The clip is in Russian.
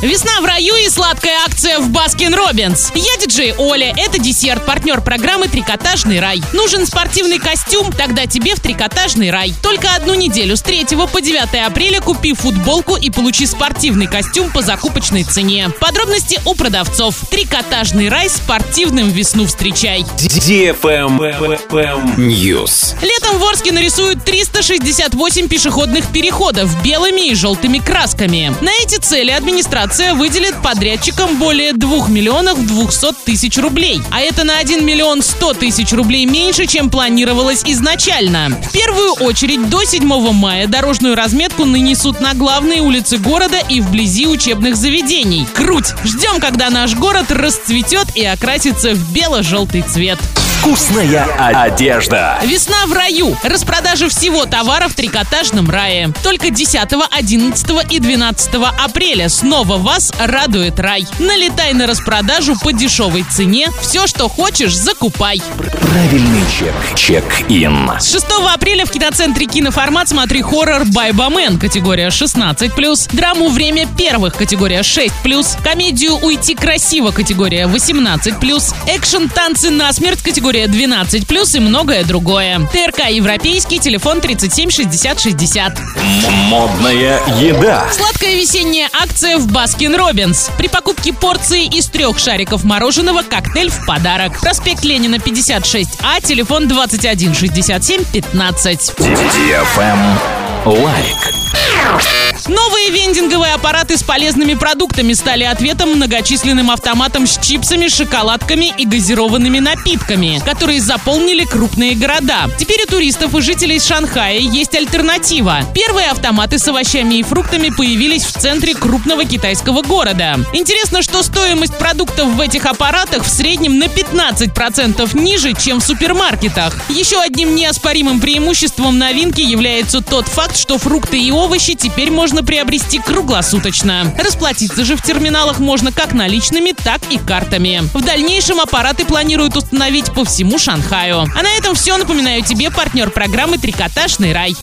Весна в раю и сладкая акция в Баскин Роббинс. Я диджей Оля, это десерт, партнер программы «Трикотажный рай». Нужен спортивный костюм? Тогда тебе в «Трикотажный рай». Только одну неделю с 3 по 9 апреля купи футболку и получи спортивный костюм по закупочной цене. Подробности у продавцов. «Трикотажный рай» с спортивным весну встречай. News. Летом в Орске нарисуют 368 пешеходных переходов белыми и желтыми красками. На эти цели администрация выделит подрядчикам более 2 миллионов 200 тысяч рублей. А это на 1 миллион 100 тысяч рублей меньше, чем планировалось изначально. В первую очередь до 7 мая дорожную разметку нанесут на главные улицы города и вблизи учебных заведений. Круть! Ждем, когда наш город расцветет и окрасится в бело-желтый цвет. Вкусная одежда. Весна в раю. Распродажа всего товара в «Трикотажном рае». Только 10, 11 и 12 апреля снова вас радует рай. Налетай на распродажу по дешевой цене. Все, что хочешь, закупай. Правильный чек. Чек-ин. С 6 апреля в киноцентре «Киноформат» смотри хоррор «Байбамен» категория 16+, драму «Время первых» категория 6+, комедию «Уйти красиво» категория 18+, экшен «Танцы насмерть» категория 12+, и многое другое. ТРК «Европейский», телефон 37 60 60. Модная еда. Сладкая весенняя акция в Баскин Роббинс. При покупке порции из 3 шариков мороженого коктейль в подарок. Проспект Ленина, 56А, телефон 21 67 15. Лайк. Новые вендинговые аппараты с полезными продуктами стали ответом многочисленным автоматам с чипсами, шоколадками и газированными напитками, которые заполнили крупные города. Теперь у туристов и жителей Шанхая есть альтернатива. Первые автоматы с овощами и фруктами появились в центре крупного китайского города. Интересно, что стоимость продуктов в этих аппаратах в среднем на 15% ниже, чем в супермаркетах. Еще одним неоспоримым преимуществом новинки является тот факт, что фрукты и овощи теперь можно приобрести круглосуточно. Расплатиться же в терминалах можно как наличными, так и картами. В дальнейшем аппараты планируют установить по всему Шанхаю. А на этом все. Напоминаю тебе партнер программы «Трикотажный рай».